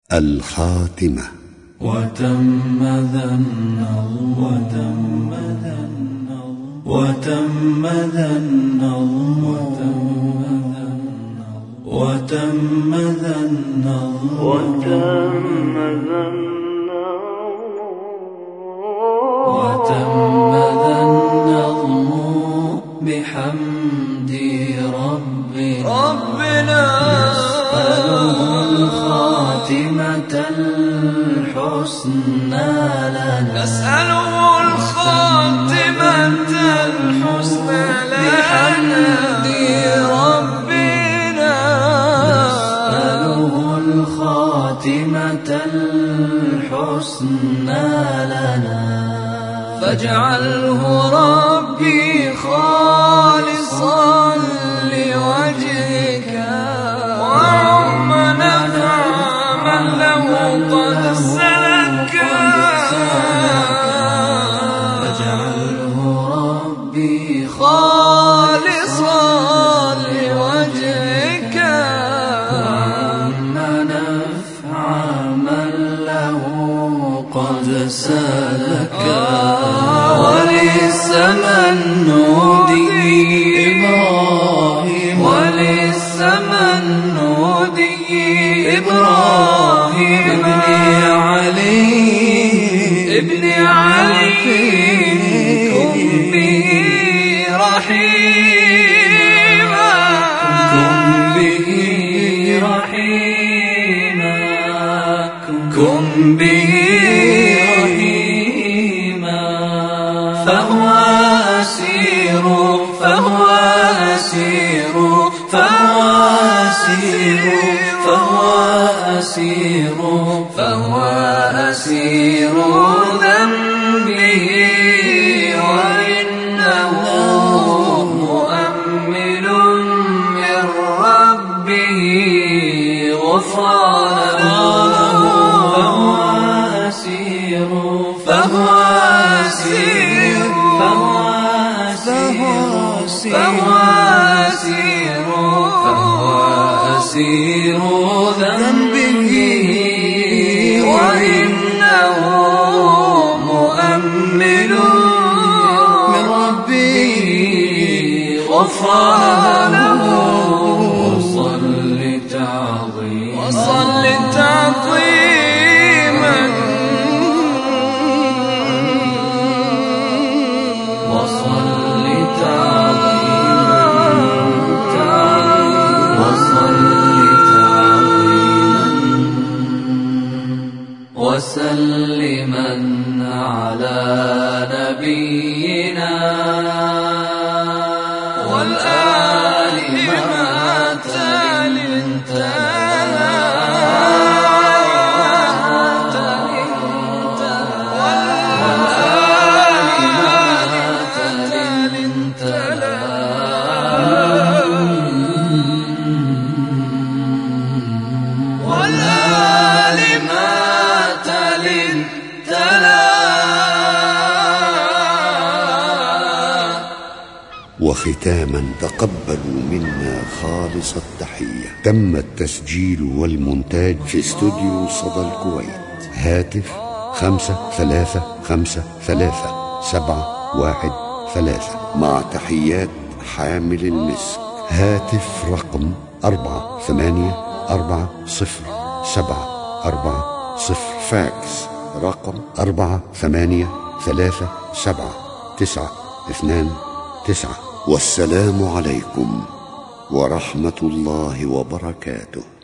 الخاتمة. وتم النظم بحمد ربنا نسأله الخاتمة الحسنى لنا، بحمد ربنا نسأله الخاتمة الحسنى لنا، فاجعله ربي خالصا لوجهك وعم نفع من له قد سلك، فاجعله ربي خالصا لوجهك وعم نفع من له قد سلك، وللسمنودي إبراهيم ابن علي كن به رحيما، كن به رحيما، فهو أسير ذنبه، وإنه مؤمل من ربه غفرانه، فهو أسير ذنبه، وإنه مؤمل من ربه غفرانه، وصل تعظيما وسلما على نبينا والآل ما وختاما تقبلوا منا خالص التحية. تم التسجيل والمونتاج في استوديو صدى الكويت. هاتف 5353-713 مع تحيات حامل المسك. هاتف رقم 4840-740. فاكس رقم 483792. والسلام عليكم ورحمة الله وبركاته.